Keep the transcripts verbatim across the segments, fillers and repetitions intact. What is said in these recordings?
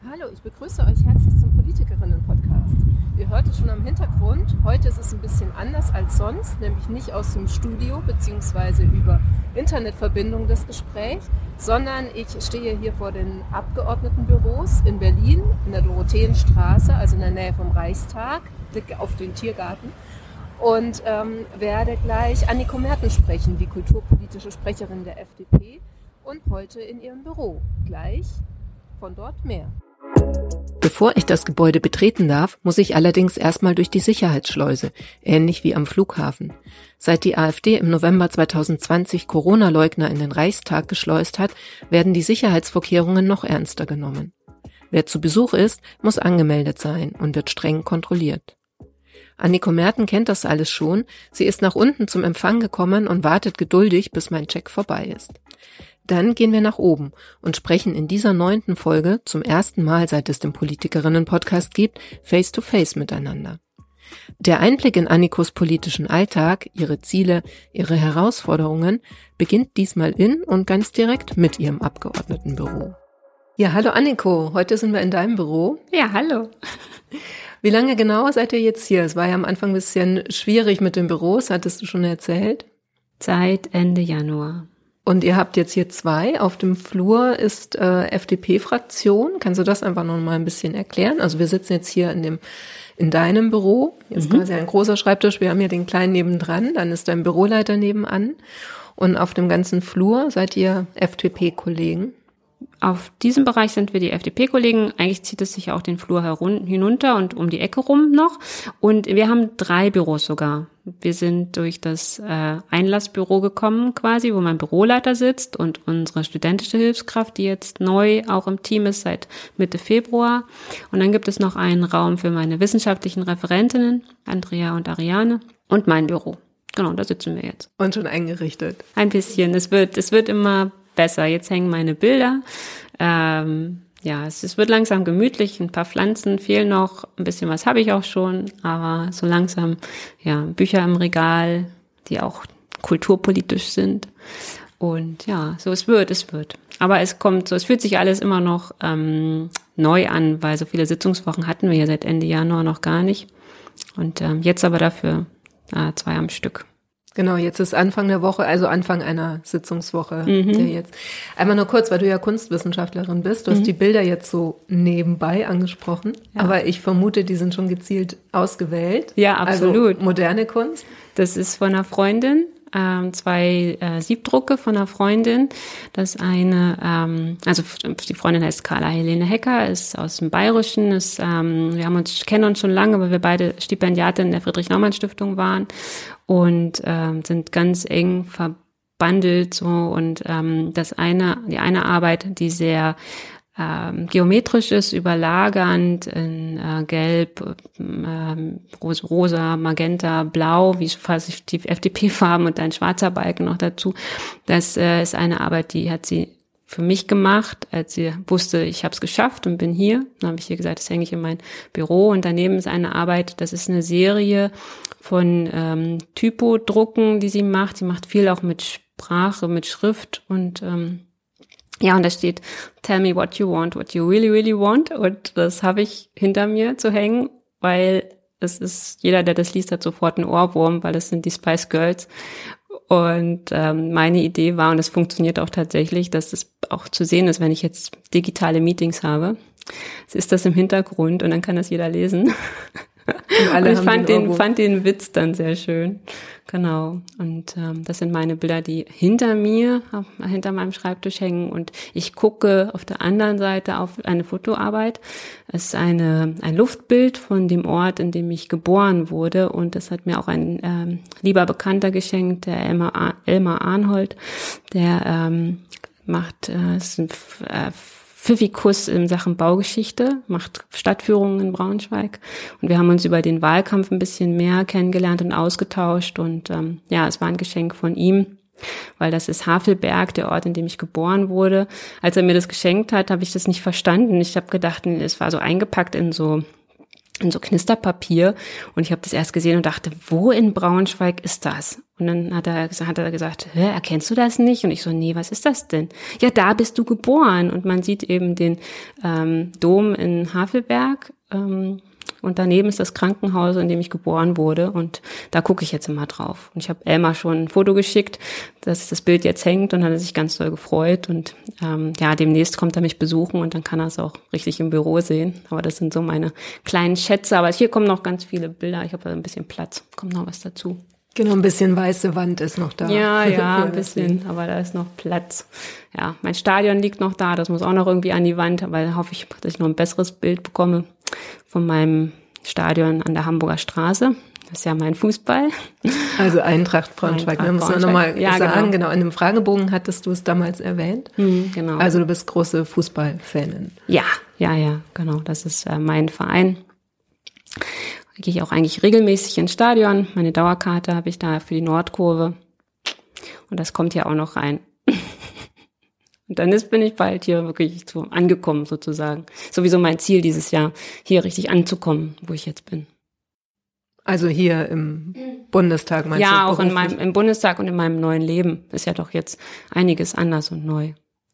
Hallo, ich begrüße euch herzlich zum Politikerinnen-Podcast. Ihr hört es schon am Hintergrund. Heute ist es ein bisschen anders als sonst, nämlich nicht aus dem Studio bzw. über Internetverbindung das Gespräch, sondern ich stehe hier vor den Abgeordnetenbüros in Berlin, in der Dorotheenstraße, also in der Nähe vom Reichstag, blicke auf den Tiergarten und ähm, werde gleich Anniko Merten sprechen, die kulturpolitische Sprecherin der F D P, und heute in ihrem Büro. Gleich von dort mehr. Bevor ich das Gebäude betreten darf, muss ich allerdings erstmal durch die Sicherheitsschleuse, ähnlich wie am Flughafen. Seit die AfD im November zweitausendzwanzig Corona-Leugner in den Reichstag geschleust hat, werden die Sicherheitsvorkehrungen noch ernster genommen. Wer zu Besuch ist, muss angemeldet sein und wird streng kontrolliert. Anniko Merten kennt das alles schon. Sie ist nach unten zum Empfang gekommen und wartet geduldig, bis mein Check vorbei ist. Dann gehen wir nach oben und sprechen in dieser neunten Folge, zum ersten Mal seit es den Politikerinnen-Podcast gibt, face-to-face miteinander. Der Einblick in Annikos politischen Alltag, ihre Ziele, ihre Herausforderungen beginnt diesmal in und ganz direkt mit ihrem Abgeordnetenbüro. Ja, hallo Anniko, heute sind wir in deinem Büro. Ja, hallo. Wie lange genau seid ihr jetzt hier? Es war ja am Anfang ein bisschen schwierig mit den Büros, hattest du schon erzählt? Seit Ende Januar. Und ihr habt jetzt hier zwei. Auf dem Flur ist äh, F D P-Fraktion. Kannst du das einfach noch mal ein bisschen erklären? Also wir sitzen jetzt hier in dem in deinem Büro. Jetzt mhm. quasi ein großer Schreibtisch. Wir haben hier den kleinen nebendran. Dann ist dein Büroleiter nebenan. Und auf dem ganzen Flur seid ihr F D P-Kollegen. Auf diesem Bereich sind wir die F D P-Kollegen. Eigentlich zieht es sich auch den Flur herun- hinunter und um die Ecke rum noch. Und wir haben drei Büros sogar. Wir sind durch das äh, Einlassbüro gekommen quasi, wo mein Büroleiter sitzt und unsere studentische Hilfskraft, die jetzt neu auch im Team ist seit Mitte Februar. Und dann gibt es noch einen Raum für meine wissenschaftlichen Referentinnen, Andrea und Ariane, und mein Büro. Genau, da sitzen wir jetzt. Und schon eingerichtet. Ein bisschen. Es wird, es wird immer besser. Jetzt hängen meine Bilder. Ähm, ja, es, es wird langsam gemütlich. Ein paar Pflanzen fehlen noch. Ein bisschen was habe ich auch schon. Aber so langsam, ja, Bücher im Regal, die auch kulturpolitisch sind. Und ja, so es wird, es wird. Aber es kommt so, es fühlt sich alles immer noch ähm, neu an, weil so viele Sitzungswochen hatten wir ja seit Ende Januar noch gar nicht. Und ähm, jetzt aber dafür äh, zwei am Stück. Genau, jetzt ist Anfang der Woche, also Anfang einer Sitzungswoche. Mhm. Der jetzt. Einmal nur kurz, weil du ja Kunstwissenschaftlerin bist. Du mhm. hast die Bilder jetzt so nebenbei angesprochen. Ja. Aber ich vermute, die sind schon gezielt ausgewählt. Ja, absolut. Also moderne Kunst. Das ist von einer Freundin. Ähm, zwei äh, Siebdrucke von einer Freundin. Das eine, ähm, also die Freundin heißt Carla Helene Hecker, ist aus dem Bayerischen. Ist, ähm, wir haben uns kennen uns schon lange, weil wir beide Stipendiatin der Friedrich-Naumann-Stiftung waren und ähm, sind ganz eng verbandelt. So und ähm, das eine, die eine Arbeit, die sehr Ähm, geometrisch ist, überlagernd in äh, Gelb, ähm, Rosa, Magenta, Blau, wie fast die F D P-Farben und ein schwarzer Balken noch dazu. Das äh, ist eine Arbeit, die hat sie für mich gemacht, als sie wusste, ich habe es geschafft und bin hier. Dann habe ich ihr gesagt, das hänge ich in mein Büro. Und daneben ist eine Arbeit, das ist eine Serie von ähm, Typodrucken, die sie macht. Sie macht viel auch mit Sprache, mit Schrift und ähm, ja, und da steht, tell me what you want, what you really, really want. Und das habe ich hinter mir zu hängen, weil es ist, jeder, der das liest, hat sofort einen Ohrwurm, weil es sind die Spice Girls. Und ähm, meine Idee war, und es funktioniert auch tatsächlich, dass es auch zu sehen ist, wenn ich jetzt digitale Meetings habe. Es ist das im Hintergrund und dann kann das jeder lesen. Und alle und ich fand den, fand den Witz dann sehr schön. Genau. Und ähm, das sind meine Bilder, die hinter mir, auf, hinter meinem Schreibtisch hängen. Und ich gucke auf der anderen Seite auf eine Fotoarbeit. Es ist eine ein Luftbild von dem Ort, in dem ich geboren wurde. Und das hat mir auch ein ähm, lieber Bekannter geschenkt, der Elmar, Elmar Arnhold. Der ähm, macht äh, ist ein, äh, Pfiffikus in Sachen Baugeschichte, macht Stadtführungen in Braunschweig und wir haben uns über den Wahlkampf ein bisschen mehr kennengelernt und ausgetauscht und ähm, ja, es war ein Geschenk von ihm, weil das ist Havelberg, der Ort, in dem ich geboren wurde. Als er mir das geschenkt hat, habe ich das nicht verstanden. Ich habe gedacht, es war so eingepackt in so in so Knisterpapier und ich habe das erst gesehen und dachte, wo in Braunschweig ist das? Und dann hat er, hat er gesagt, hä, erkennst du das nicht? Und ich so, nee, was ist das denn? Ja, da bist du geboren. Und man sieht eben den ähm, Dom in Havelberg. Ähm, und daneben ist das Krankenhaus, in dem ich geboren wurde. Und da gucke ich jetzt immer drauf. Und ich habe Elmar schon ein Foto geschickt, dass das Bild jetzt hängt. Und hat er sich ganz doll gefreut. Und ähm, ja, demnächst kommt er mich besuchen und dann kann er es auch richtig im Büro sehen. Aber das sind so meine kleinen Schätze. Aber hier kommen noch ganz viele Bilder. Ich habe ein bisschen Platz. Kommt noch was dazu. Genau, ein bisschen weiße Wand ist noch da. Ja, ja, ein bisschen, aber da ist noch Platz. Ja, mein Stadion liegt noch da, das muss auch noch irgendwie an die Wand, aber da hoffe ich, dass ich noch ein besseres Bild bekomme von meinem Stadion an der Hamburger Straße. Das ist ja mein Fußball. Also Eintracht Braunschweig, da muss man nochmal ja, sagen, genau. genau, in dem Fragebogen hattest du es damals erwähnt. Hm, genau. Also du bist große Fußballfanin. Ja, ja, ja, genau, das ist äh, mein Verein. Da gehe ich auch eigentlich regelmäßig ins Stadion. Meine Dauerkarte habe ich da für die Nordkurve. Und das kommt hier auch noch rein. Und dann ist, bin ich bald hier wirklich so angekommen sozusagen. Sowieso mein Ziel dieses Jahr, hier richtig anzukommen, wo ich jetzt bin. Also hier im Bundestag meinst du? Ja, auch in meinem, im Bundestag und in meinem neuen Leben ist ja doch jetzt einiges anders und neu.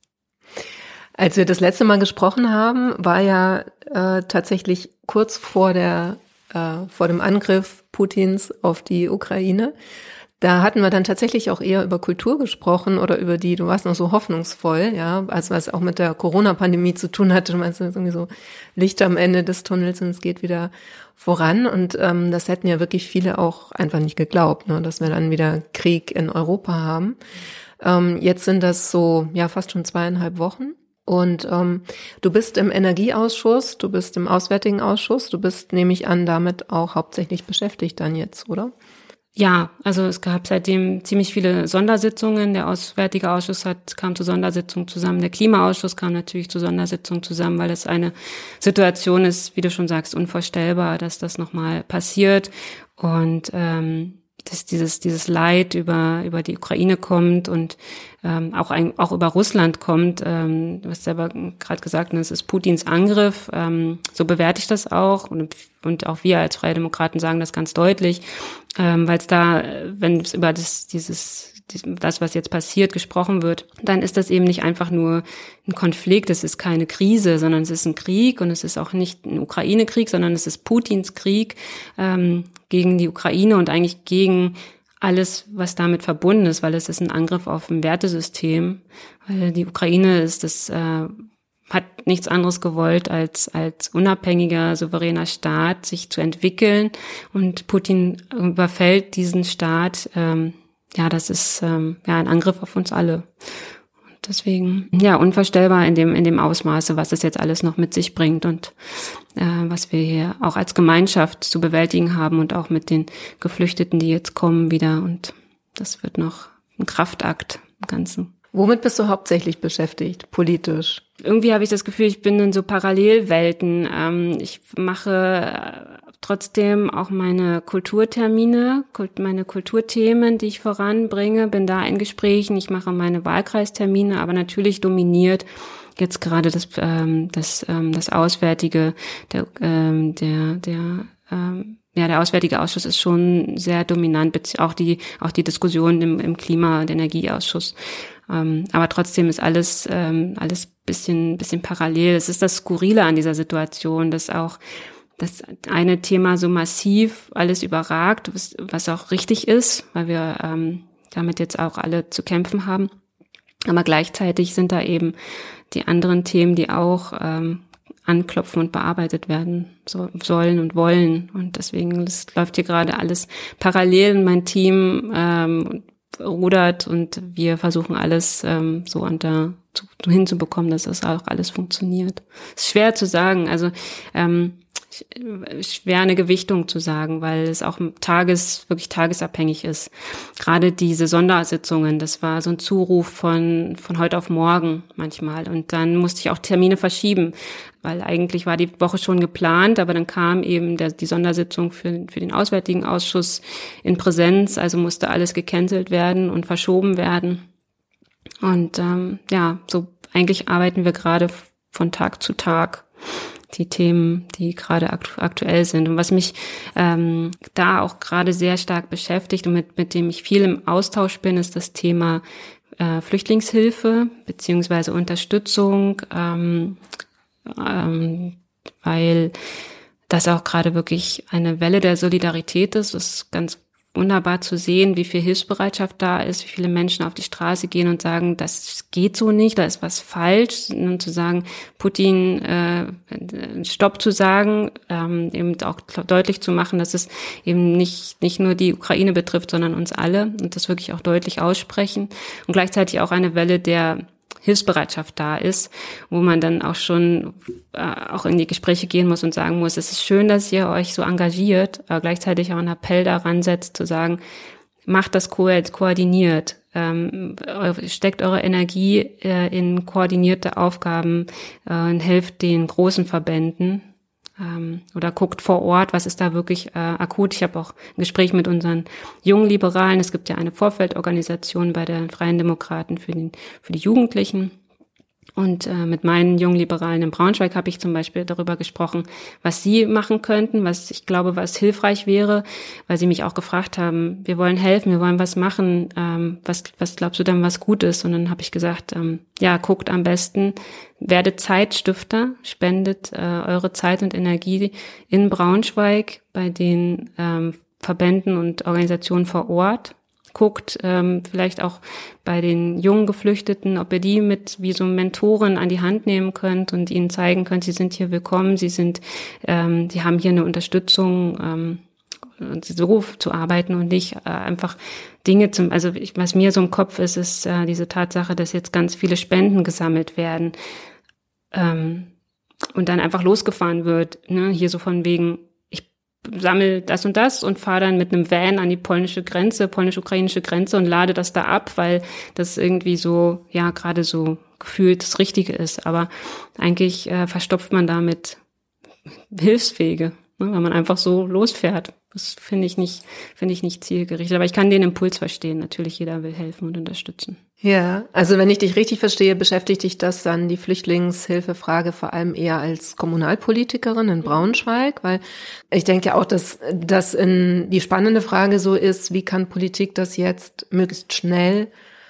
Als wir das letzte Mal gesprochen haben, war ja äh, tatsächlich kurz vor der äh, vor dem Angriff Putins auf die Ukraine. Da hatten wir dann tatsächlich auch eher über Kultur gesprochen oder über die, du warst noch so hoffnungsvoll, ja, also was auch mit der Corona-Pandemie zu tun hatte. Du meinst, es ist irgendwie so Licht am Ende des Tunnels und es geht wieder voran. Und ähm, das hätten ja wirklich viele auch einfach nicht geglaubt, ne, dass wir dann wieder Krieg in Europa haben. Ähm, jetzt sind das so, ja, fast schon zweieinhalb Wochen. Und ähm, du bist im Energieausschuss, du bist im Auswärtigen Ausschuss, du bist, nehme ich an, damit auch hauptsächlich beschäftigt dann jetzt, oder? Ja, also es gab seitdem ziemlich viele Sondersitzungen. Der Auswärtige Ausschuss hat, kam zur Sondersitzung zusammen. Der Klimaausschuss kam natürlich zur Sondersitzung zusammen, weil es eine Situation ist, wie du schon sagst, unvorstellbar, dass das nochmal passiert. Und ähm, dass dieses dieses Leid über über die Ukraine kommt und ähm, auch ein, auch über Russland kommt. Ähm, du hast selber gerade gesagt, es ist Putins Angriff. Ähm, so bewerte ich das auch und und auch wir als Freie Demokraten sagen das ganz deutlich, ähm, weil es da, wenn es über das dieses das, was jetzt passiert, gesprochen wird, dann ist das eben nicht einfach nur ein Konflikt, es ist keine Krise, sondern es ist ein Krieg und es ist auch nicht ein Ukraine-Krieg, sondern es ist Putins Krieg ähm, gegen die Ukraine und eigentlich gegen alles, was damit verbunden ist, weil es ist ein Angriff auf ein Wertesystem, weil die Ukraine ist das äh, hat nichts anderes gewollt, als als unabhängiger, souveräner Staat sich zu entwickeln und Putin überfällt diesen Staat. Ähm, ja, das ist ähm, ja ein Angriff auf uns alle. Und deswegen, ja, unvorstellbar in dem in dem Ausmaße, was es jetzt alles noch mit sich bringt und äh, was wir hier auch als Gemeinschaft zu bewältigen haben und auch mit den Geflüchteten, die jetzt kommen wieder. Und das wird noch ein Kraftakt im Ganzen. Womit bist du hauptsächlich beschäftigt, politisch? Irgendwie habe ich das Gefühl, ich bin in so Parallelwelten. Ähm, ich mache trotzdem auch meine Kulturtermine, meine Kulturthemen, die ich voranbringe, bin da in Gesprächen. Ich mache meine Wahlkreistermine, aber natürlich dominiert jetzt gerade das ähm, das ähm, das Auswärtige, der ähm, der der ähm, ja, der Auswärtige Ausschuss ist schon sehr dominant, auch die auch die Diskussion im, im Klima- und Energieausschuss. Ähm, aber trotzdem ist alles ähm, alles bisschen bisschen parallel. Es ist das Skurrile an dieser Situation, dass auch das eine Thema so massiv alles überragt, was, was auch richtig ist, weil wir ähm, damit jetzt auch alle zu kämpfen haben. Aber gleichzeitig sind da eben die anderen Themen, die auch ähm, anklopfen und bearbeitet werden so, sollen und wollen. Und deswegen, das läuft hier gerade alles parallel. Und mein Team ähm, rudert und wir versuchen alles ähm, so unter zu, hinzubekommen, dass das auch alles funktioniert. Ist schwer zu sagen. Also ähm, schwer eine Gewichtung zu sagen, weil es auch tages wirklich tagesabhängig ist. Gerade diese Sondersitzungen, das war so ein Zuruf von von heute auf morgen manchmal und dann musste ich auch Termine verschieben, weil eigentlich war die Woche schon geplant, aber dann kam eben der, die Sondersitzung für für den Auswärtigen Ausschuss in Präsenz, also musste alles gecancelt werden und verschoben werden. Und ähm, ja, so eigentlich arbeiten wir gerade von Tag zu Tag. die Themen, die gerade akt- aktuell sind. Und was mich ähm, da auch gerade sehr stark beschäftigt und mit, mit dem ich viel im Austausch bin, ist das Thema äh, Flüchtlingshilfe beziehungsweise Unterstützung, ähm, ähm, weil das auch gerade wirklich eine Welle der Solidarität ist. Es ist ganz wunderbar zu sehen, wie viel Hilfsbereitschaft da ist, wie viele Menschen auf die Straße gehen und sagen, das geht so nicht, da ist was falsch. Und zu sagen, Putin äh, Stopp zu sagen, ähm, eben auch deutlich zu machen, dass es eben nicht nicht nur die Ukraine betrifft, sondern uns alle und das wirklich auch deutlich aussprechen. Und gleichzeitig auch eine Welle der Hilfsbereitschaft da ist, wo man dann auch schon äh, auch in die Gespräche gehen muss und sagen muss, es ist schön, dass ihr euch so engagiert, aber gleichzeitig auch einen Appell daran setzt, zu sagen, macht das ko- koordiniert, ähm, steckt eure Energie äh, in koordinierte Aufgaben äh, und helft den großen Verbänden. Oder guckt vor Ort, was ist da wirklich äh, akut. Ich habe auch ein Gespräch mit unseren jungen Liberalen. Es gibt ja eine Vorfeldorganisation bei den Freien Demokraten für, den, für die Jugendlichen. Und äh, mit meinen jungen Liberalen in Braunschweig habe ich zum Beispiel darüber gesprochen, was sie machen könnten, was ich glaube, was hilfreich wäre, weil sie mich auch gefragt haben, wir wollen helfen, wir wollen was machen, ähm, was, was glaubst du denn, was gut ist? Und dann habe ich gesagt, ähm, ja, guckt am besten, werdet Zeitstifter, spendet äh, eure Zeit und Energie in Braunschweig bei den ähm, Verbänden und Organisationen vor Ort. Guckt ähm, vielleicht auch bei den jungen Geflüchteten, ob ihr die mit wie so Mentoren an die Hand nehmen könnt und ihnen zeigen könnt, sie sind hier willkommen, sie sind, ähm, die haben hier eine Unterstützung, ähm, so zu arbeiten und nicht äh, einfach Dinge zum, also ich, was mir so im Kopf ist, ist äh, diese Tatsache, dass jetzt ganz viele Spenden gesammelt werden ähm, und dann einfach losgefahren wird, ne, hier so von wegen, sammel das und das und fahre dann mit einem Van an die polnische Grenze, polnisch-ukrainische Grenze und lade das da ab, weil das irgendwie so, ja, gerade so gefühlt das Richtige ist. Aber eigentlich äh, verstopft man damit Hilfswege, ne, wenn man einfach so losfährt. Das finde ich nicht, finde ich nicht zielgerichtet. Aber ich kann den Impuls verstehen. Natürlich, jeder will helfen und unterstützen. Ja, also wenn ich dich richtig verstehe, beschäftigt dich das dann die Flüchtlingshilfefrage vor allem eher als Kommunalpolitikerin in Braunschweig, weil ich denke auch, dass das in die spannende Frage so ist, wie kann Politik das jetzt möglichst schnell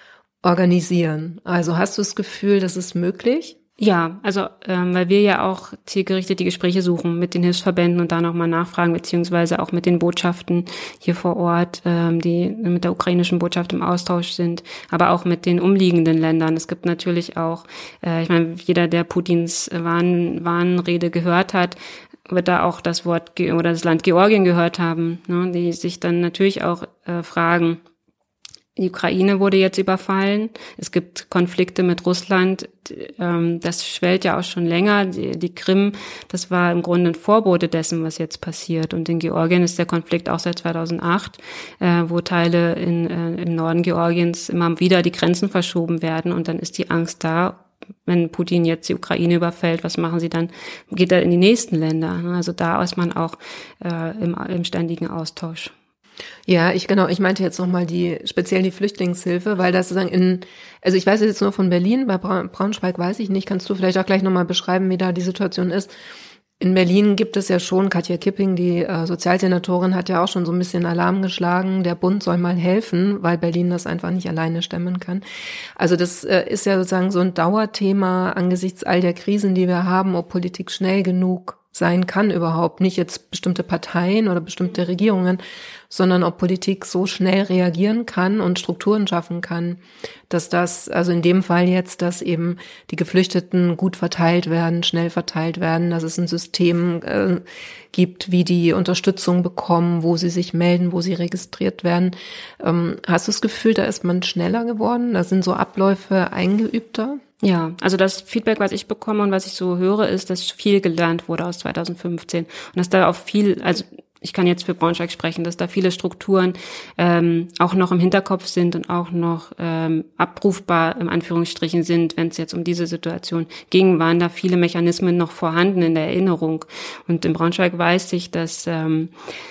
organisieren? Also hast du das Gefühl, das ist möglich? Ja, also ähm, weil wir ja auch zielgerichtet die Gespräche suchen mit den Hilfsverbänden und da nochmal nachfragen, beziehungsweise auch mit den Botschaften hier vor Ort, ähm, die mit der ukrainischen Botschaft im Austausch sind, aber auch mit den umliegenden Ländern. Es gibt natürlich auch, äh, ich meine, jeder, der Putins Warn, Warnrede gehört hat, wird da auch das Wort Ge- oder das Land Georgien gehört haben, ne, die sich dann natürlich auch äh, fragen, die Ukraine wurde jetzt überfallen. Es gibt Konflikte mit Russland. Das schwellt ja auch schon länger. Die Krim, das war im Grunde ein Vorbote dessen, was jetzt passiert. Und in Georgien ist der Konflikt auch seit zweitausendacht, wo Teile in, im Norden Georgiens immer wieder die Grenzen verschoben werden. Und dann ist die Angst da, wenn Putin jetzt die Ukraine überfällt, was machen sie dann? Geht er in die nächsten Länder? Also da ist man auch im, im ständigen Austausch. Ja, ich genau, ich meinte jetzt nochmal die, speziell die Flüchtlingshilfe, weil das sozusagen in, also ich weiß jetzt nur von Berlin, bei Braunschweig weiß ich nicht, kannst du vielleicht auch gleich nochmal beschreiben, wie da die Situation ist? In Berlin gibt es ja schon, Katja Kipping, die äh, Sozialsenatorin, hat ja auch schon so ein bisschen Alarm geschlagen, der Bund soll mal helfen, weil Berlin das einfach nicht alleine stemmen kann. Also das äh, ist ja sozusagen so ein Dauerthema angesichts all der Krisen, die wir haben, ob Politik schnell genug sein kann überhaupt, nicht jetzt bestimmte Parteien oder bestimmte Regierungen, sondern ob Politik so schnell reagieren kann und Strukturen schaffen kann, dass das, also in dem Fall jetzt, dass eben die Geflüchteten gut verteilt werden, schnell verteilt werden, dass es ein System äh, gibt, wie die Unterstützung bekommen, wo sie sich melden, wo sie registriert werden. Ähm, hast du das Gefühl, da ist man schneller geworden? Da sind so Abläufe eingeübter? Ja, also das Feedback, was ich bekomme und was ich so höre, ist, dass viel gelernt wurde aus zweitausendfünfzehn und dass da auch viel, also ich kann jetzt für Braunschweig sprechen, dass da viele Strukturen ähm, auch noch im Hinterkopf sind und auch noch ähm, abrufbar im Anführungsstrichen sind, wenn es jetzt um diese Situation ging, waren da viele Mechanismen noch vorhanden in der Erinnerung. Und in Braunschweig weiß ich, dass ähm,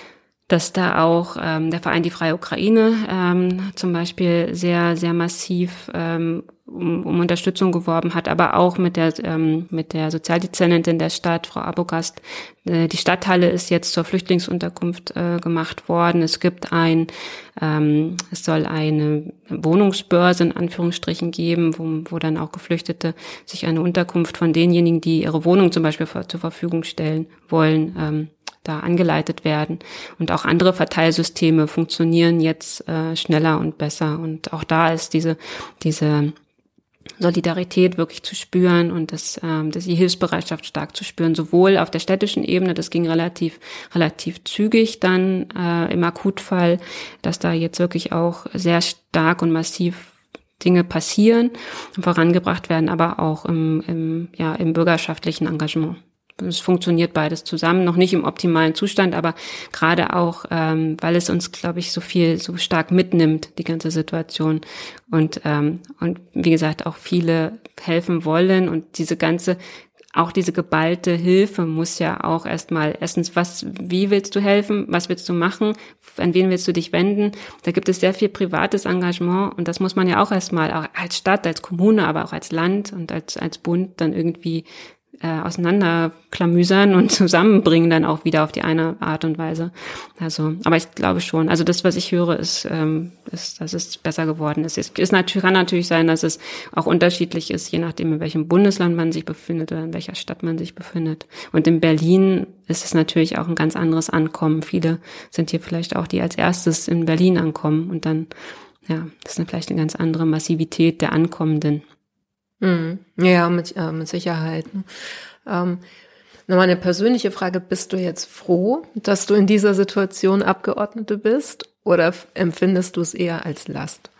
dass da auch ähm, der Verein Die Freie Ukraine ähm, zum Beispiel sehr, sehr massiv ähm, um, um Unterstützung geworben hat, aber auch mit der ähm, mit der Sozialdezernentin der Stadt, Frau Abogast. Äh, die Stadthalle ist jetzt zur Flüchtlingsunterkunft äh, gemacht worden. Es gibt ein, ähm, es soll eine Wohnungsbörse in Anführungsstrichen geben, wo, wo dann auch Geflüchtete sich eine Unterkunft von denjenigen, die ihre Wohnung zum Beispiel zur Verfügung stellen wollen, ähm, da angeleitet werden. Und auch andere Verteilsysteme funktionieren jetzt äh, schneller und besser. Und auch da ist diese diese Solidarität wirklich zu spüren und das, ähm, das die Hilfsbereitschaft stark zu spüren, sowohl auf der städtischen Ebene, das ging relativ relativ zügig dann äh, im Akutfall, dass da jetzt wirklich auch sehr stark und massiv Dinge passieren und vorangebracht werden, aber auch im, im, ja, im bürgerschaftlichen Engagement. Es funktioniert beides zusammen, noch nicht im optimalen Zustand, aber gerade auch, ähm, weil es uns, glaube ich, so viel, so stark mitnimmt, die ganze Situation. Und ähm, und wie gesagt, auch viele helfen wollen und diese ganze, auch diese geballte Hilfe muss ja auch erstmal, erstens, was, wie willst du helfen, was willst du machen, an wen willst du dich wenden? Da gibt es sehr viel privates Engagement und das muss man ja auch erstmal, auch als Stadt, als Kommune, aber auch als Land und als als Bund dann irgendwie Äh, auseinanderklamüsern und zusammenbringen dann auch wieder auf die eine Art und Weise. Also, aber ich glaube schon. Also das, was ich höre, ist, ähm, ist, dass es besser geworden ist. Es ist natürlich, kann natürlich sein, dass es auch unterschiedlich ist, je nachdem, in welchem Bundesland man sich befindet oder in welcher Stadt man sich befindet. Und in Berlin ist es natürlich auch ein ganz anderes Ankommen. Viele sind hier vielleicht auch, die als erstes in Berlin ankommen und dann, ja, das ist dann vielleicht eine ganz andere Massivität der Ankommenden. Ja, mit, äh, mit Sicherheit. Ähm, nochmal eine persönliche Frage. Bist du jetzt froh, dass du in dieser Situation Abgeordnete bist oder empfindest du es eher als Last?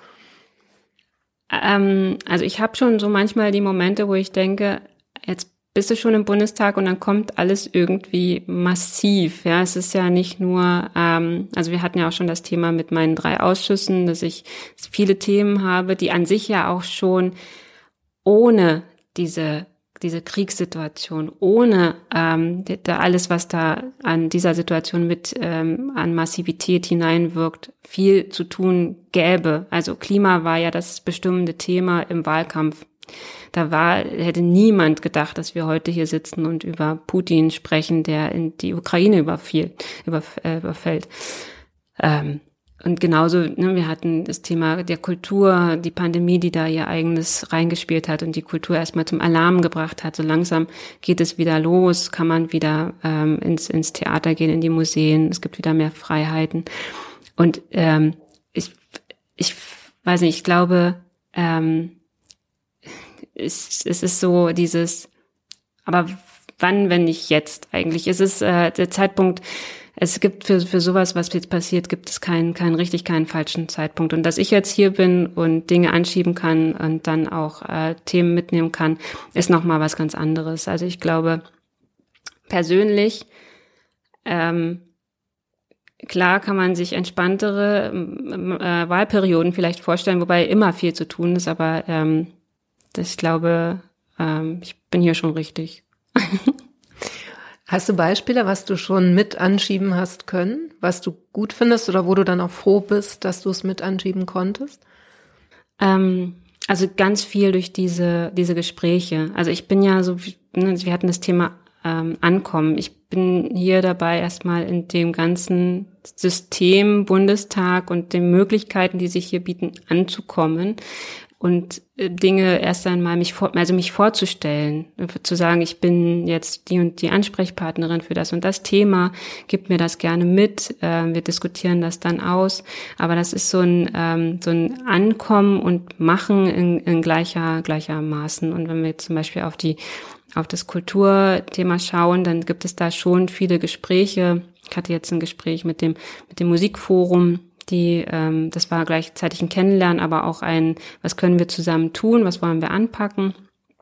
Ähm, also ich habe schon so manchmal die Momente, wo ich denke, jetzt bist du schon im Bundestag und dann kommt alles irgendwie massiv. Ja, es ist ja nicht nur, ähm, also wir hatten ja auch schon das Thema mit meinen drei Ausschüssen, dass ich viele Themen habe, die an sich ja auch schon ohne diese diese Kriegssituation, ohne ähm, da alles, was da an dieser Situation mit ähm, an Massivität hineinwirkt, viel zu tun gäbe. Also Klima war ja das bestimmende Thema im Wahlkampf. Da war hätte niemand gedacht, dass wir heute hier sitzen und über Putin sprechen, der in die Ukraine überfiel, überf- äh, überfällt. Ähm, Und genauso, ne, wir hatten das Thema der Kultur, die Pandemie, die da ihr eigenes reingespielt hat und die Kultur erstmal zum Alarm gebracht hat. So langsam geht es wieder los, kann man wieder ähm, ins, ins Theater gehen, in die Museen, es gibt wieder mehr Freiheiten. Und ähm, ich, ich weiß nicht, ich glaube, ähm, es, es ist so dieses, aber wann, wenn nicht jetzt eigentlich? Es ist äh, der Zeitpunkt. Es gibt für für sowas, was jetzt passiert, gibt es keinen keinen richtig, keinen falschen Zeitpunkt. Und dass ich jetzt hier bin und Dinge anschieben kann und dann auch äh, Themen mitnehmen kann, ist nochmal was ganz anderes. Also ich glaube, persönlich, ähm, klar kann man sich entspanntere äh, Wahlperioden vielleicht vorstellen, wobei immer viel zu tun ist, aber ähm, das, ich glaube, ähm, ich bin hier schon richtig. Hast du Beispiele, was du schon mit anschieben hast können, was du gut findest oder wo du dann auch froh bist, dass du es mit anschieben konntest? Ähm, also ganz viel durch diese diese Gespräche. Also ich bin ja so, ne, wir hatten das Thema ähm, Ankommen. Ich bin hier dabei, erstmal in dem ganzen System Bundestag und den Möglichkeiten, die sich hier bieten, anzukommen. Und Dinge erst einmal mich vor, also mich vorzustellen, zu sagen, ich bin jetzt die und die Ansprechpartnerin für das und das Thema, gib mir das gerne mit, äh, wir diskutieren das dann aus. Aber das ist so ein ähm, so ein Ankommen und Machen in, in gleicher gleichermaßen. Und wenn wir jetzt zum Beispiel auf die auf das Kulturthema schauen, dann gibt es da schon viele Gespräche. Ich hatte jetzt ein Gespräch mit dem mit dem Musikforum. Die, ähm, das war gleichzeitig ein Kennenlernen, aber auch ein, was können wir zusammen tun, was wollen wir anpacken,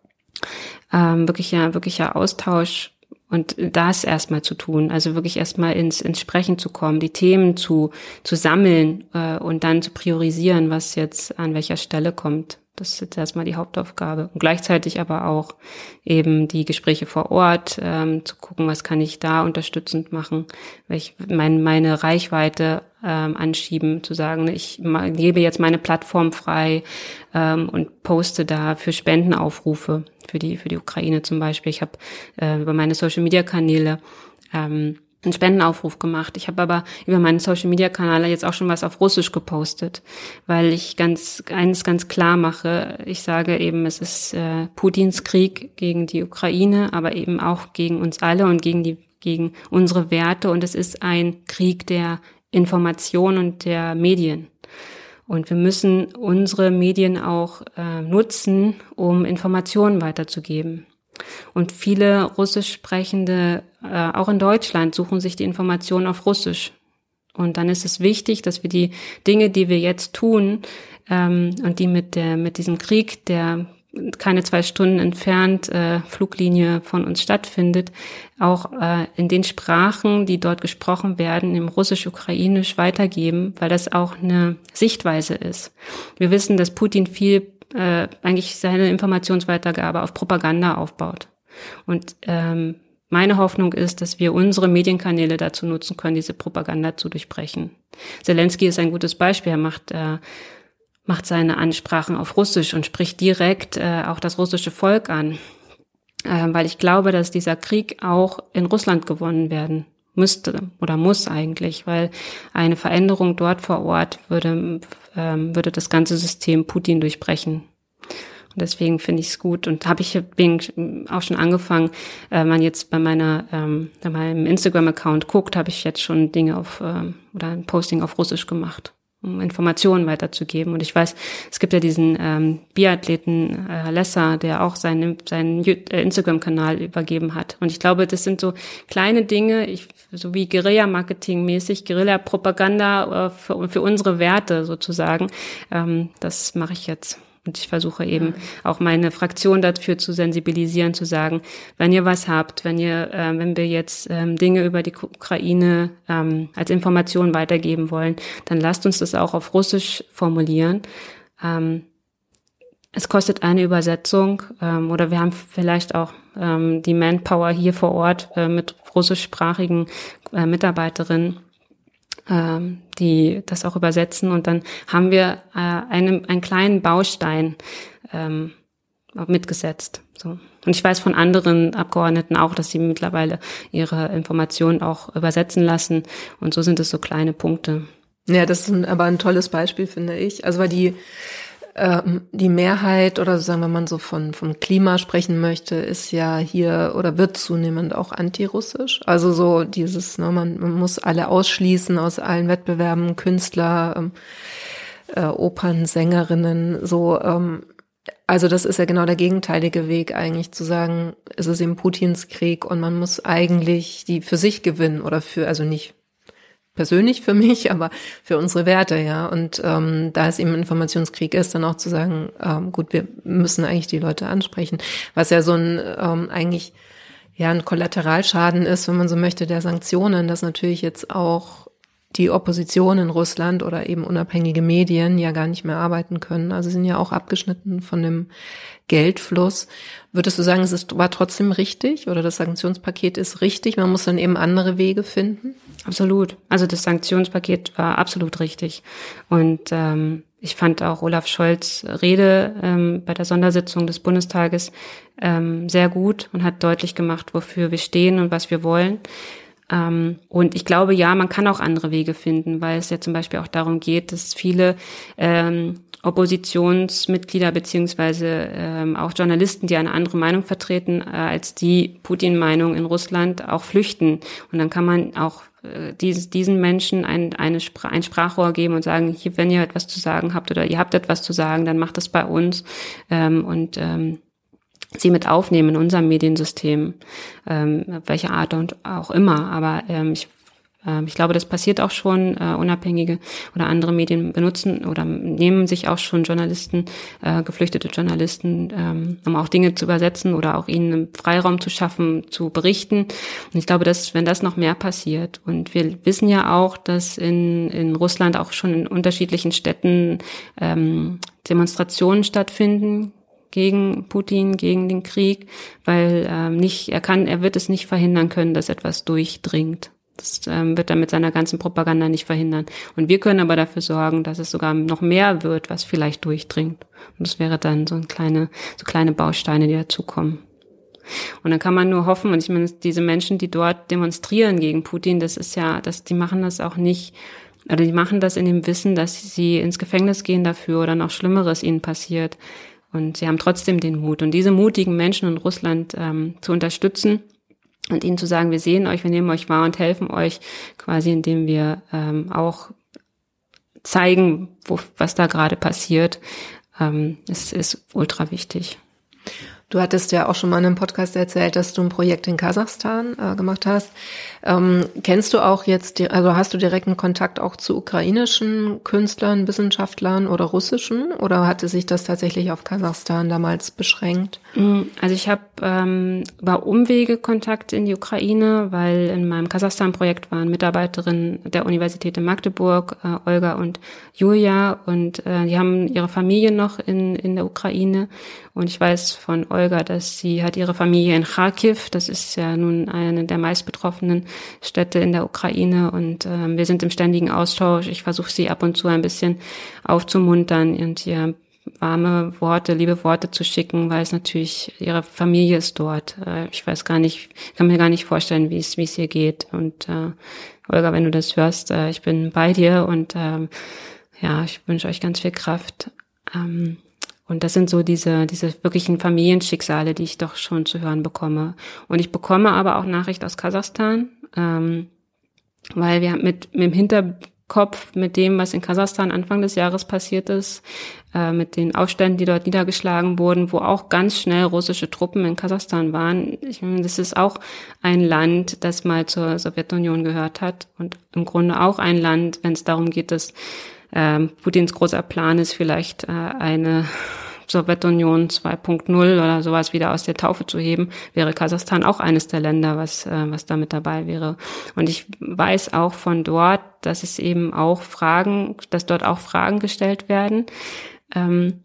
ähm, wirklicher, wirklicher Austausch und das erstmal zu tun, also wirklich erstmal ins, ins Sprechen zu kommen, die Themen zu, zu sammeln äh, und dann zu priorisieren, was jetzt an welcher Stelle kommt. Das ist jetzt erstmal die Hauptaufgabe. Und gleichzeitig aber auch eben die Gespräche vor Ort, ähm, zu gucken, was kann ich da unterstützend machen, welch mein, meine Reichweite ähm, anschieben, zu sagen, ich gebe jetzt meine Plattform frei ähm, und poste da für Spendenaufrufe für die für die Ukraine zum Beispiel. Ich habe äh, über meine Social-Media-Kanäle ähm, einen Spendenaufruf gemacht. Ich habe aber über meinen Social-Media-Kanal jetzt auch schon was auf Russisch gepostet, weil ich ganz eines ganz klar mache. Ich sage eben, es ist äh, Putins Krieg gegen die Ukraine, aber eben auch gegen uns alle und gegen die gegen unsere Werte. Und es ist ein Krieg der Information und der Medien. Und wir müssen unsere Medien auch äh, nutzen, um Informationen weiterzugeben. Und viele russisch sprechende, äh, auch in Deutschland, suchen sich die Informationen auf Russisch. Und dann ist es wichtig, dass wir die Dinge, die wir jetzt tun, ähm, und die mit der, mit diesem Krieg, der keine zwei Stunden entfernt, äh, Fluglinie von uns stattfindet, auch äh, in den Sprachen, die dort gesprochen werden, im Russisch-Ukrainisch weitergeben, weil das auch eine Sichtweise ist. Wir wissen, dass Putin viel äh, eigentlich seine Informationsweitergabe auf Propaganda aufbaut. Und ähm, meine Hoffnung ist, dass wir unsere Medienkanäle dazu nutzen können, diese Propaganda zu durchbrechen. Zelensky ist ein gutes Beispiel. Er macht äh, macht seine Ansprachen auf Russisch und spricht direkt äh, auch das russische Volk an, äh, weil ich glaube, dass dieser Krieg auch in Russland gewonnen werden müsste oder muss eigentlich, weil eine Veränderung dort vor Ort würde ähm, würde das ganze System Putin durchbrechen. Und deswegen finde ich es gut und habe ich bin auch schon angefangen, äh, man jetzt bei meiner ähm, bei meinem Instagram-Account guckt, habe ich jetzt schon Dinge auf ähm, oder ein Posting auf Russisch gemacht, um Informationen weiterzugeben. Und ich weiß, es gibt ja diesen ähm, Biathleten äh, Lesser, der auch seinen seinen äh, Instagram-Kanal übergeben hat. Und ich glaube, das sind so kleine Dinge, ich, so wie Guerilla-Marketing-mäßig, Guerilla-Propaganda äh, für, für unsere Werte sozusagen. Ähm, das mache ich jetzt. Und ich versuche eben auch meine Fraktion dafür zu sensibilisieren, zu sagen, wenn ihr was habt, wenn ihr, äh, wenn wir jetzt ähm, Dinge über die Ukraine ähm, als Information weitergeben wollen, dann lasst uns das auch auf Russisch formulieren. Ähm, es kostet eine Übersetzung ähm, oder wir haben vielleicht auch ähm, die Manpower hier vor Ort äh, mit russischsprachigen äh, Mitarbeiterinnen, die das auch übersetzen, und dann haben wir äh, einen, einen kleinen Baustein ähm, mitgesetzt. So. Und ich weiß von anderen Abgeordneten auch, dass sie mittlerweile ihre Informationen auch übersetzen lassen, und so sind es so kleine Punkte. Ja, das ist ein, aber ein tolles Beispiel, finde ich. Also weil die ähm, die Mehrheit, oder sagen wir mal so von vom Klima sprechen möchte, ist ja hier oder wird zunehmend auch antirussisch. Also so dieses, ne, man, man muss alle ausschließen aus allen Wettbewerben, Künstler, ähm, äh, Opernsängerinnen, so. Ähm, also das ist ja genau der gegenteilige Weg eigentlich, zu sagen, es ist eben Putins Krieg und man muss eigentlich die für sich gewinnen oder für, also nicht persönlich für mich, aber für unsere Werte, ja. Und ähm, da es eben ein Informationskrieg ist, dann auch zu sagen, ähm, gut, wir müssen eigentlich die Leute ansprechen, was ja so ein ähm, eigentlich ja ein Kollateralschaden ist, wenn man so möchte, der Sanktionen, dass natürlich jetzt auch die Opposition in Russland oder eben unabhängige Medien ja gar nicht mehr arbeiten können. Also sie sind ja auch abgeschnitten von dem Geldfluss. Würdest du sagen, es ist, war trotzdem richtig, oder das Sanktionspaket ist richtig? Man muss dann eben andere Wege finden? Absolut. Also das Sanktionspaket war absolut richtig. Und ähm, ich fand auch Olaf Scholz' Rede ähm, bei der Sondersitzung des Bundestages ähm, sehr gut und hat deutlich gemacht, wofür wir stehen und was wir wollen. Ähm, und ich glaube, ja, man kann auch andere Wege finden, weil es ja zum Beispiel auch darum geht, dass viele ähm, Oppositionsmitglieder beziehungsweise ähm, auch Journalisten, die eine andere Meinung vertreten äh, als die Putin-Meinung in Russland, auch flüchten. Und dann kann man auch äh, dieses, diesen Menschen ein, eine Spr- ein Sprachrohr geben und sagen, hier, wenn ihr etwas zu sagen habt oder ihr habt etwas zu sagen, dann macht das bei uns. Ähm, und ähm, sie mit aufnehmen in unserem Mediensystem, ähm, welche Art und auch immer. Aber ähm, ich, ähm, ich glaube, das passiert auch schon. Äh, unabhängige oder andere Medien benutzen oder nehmen sich auch schon Journalisten, äh, geflüchtete Journalisten, ähm, um auch Dinge zu übersetzen oder auch ihnen einen Freiraum zu schaffen, zu berichten. Und ich glaube, dass, wenn das noch mehr passiert, und wir wissen ja auch, dass in, in Russland auch schon in unterschiedlichen Städten ähm, Demonstrationen stattfinden gegen Putin, gegen den Krieg, weil ähm, nicht, er kann, er wird es nicht verhindern können, dass etwas durchdringt. Das ähm, wird er mit seiner ganzen Propaganda nicht verhindern. Und wir können aber dafür sorgen, dass es sogar noch mehr wird, was vielleicht durchdringt. Und das wäre dann so ein kleine, so kleine Bausteine, die dazukommen. Und dann kann man nur hoffen, und ich meine, diese Menschen, die dort demonstrieren gegen Putin, das ist ja, das, die machen das auch nicht, oder die machen das in dem Wissen, dass sie ins Gefängnis gehen dafür oder noch Schlimmeres ihnen passiert. Und sie haben trotzdem den Mut. Und diese mutigen Menschen in Russland ähm, zu unterstützen und ihnen zu sagen, wir sehen euch, wir nehmen euch wahr und helfen euch, quasi indem wir ähm, auch zeigen, wo, was da gerade passiert, ähm, ist, ist ultra wichtig. Du hattest ja auch schon mal in einem Podcast erzählt, dass du ein Projekt in Kasachstan äh, gemacht hast. Ähm, kennst du auch jetzt, die, also hast du direkten Kontakt auch zu ukrainischen Künstlern, Wissenschaftlern oder russischen? Oder hatte sich das tatsächlich auf Kasachstan damals beschränkt? Also ich habe ähm, über Umwege Kontakt in die Ukraine, weil in meinem Kasachstan-Projekt waren Mitarbeiterinnen der Universität in Magdeburg, äh, Olga und Julia, und äh, die haben ihre Familie noch in in der Ukraine. Und ich weiß von Olga, dass sie hat ihre Familie in Kharkiv, das ist ja nun eine der meistbetroffenen Städte in der Ukraine, und äh, wir sind im ständigen Austausch. Ich versuche sie ab und zu ein bisschen aufzumuntern und ihr warme Worte, liebe Worte zu schicken, weil es natürlich, ihre Familie ist dort. Äh, ich weiß gar nicht, kann mir gar nicht vorstellen, wie es wie es ihr geht. Und äh, Olga, wenn du das hörst, äh, ich bin bei dir, und äh, ja, ich wünsche euch ganz viel Kraft. Ähm, Und das sind so diese, diese wirklichen Familienschicksale, die ich doch schon zu hören bekomme. Und ich bekomme aber auch Nachricht aus Kasachstan, ähm, weil wir mit, mit dem Hinterkopf, mit dem, was in Kasachstan Anfang des Jahres passiert ist, äh, mit den Aufständen, die dort niedergeschlagen wurden, wo auch ganz schnell russische Truppen in Kasachstan waren. Ich meine, das ist auch ein Land, das mal zur Sowjetunion gehört hat, und im Grunde auch ein Land, wenn es darum geht, dass Ähm, Putins großer Plan ist, vielleicht äh, eine Sowjetunion zwei Punkt null oder sowas wieder aus der Taufe zu heben, wäre Kasachstan auch eines der Länder, was äh, was da mit dabei wäre. Und ich weiß auch von dort, dass es eben auch Fragen, dass dort auch Fragen gestellt werden ähm,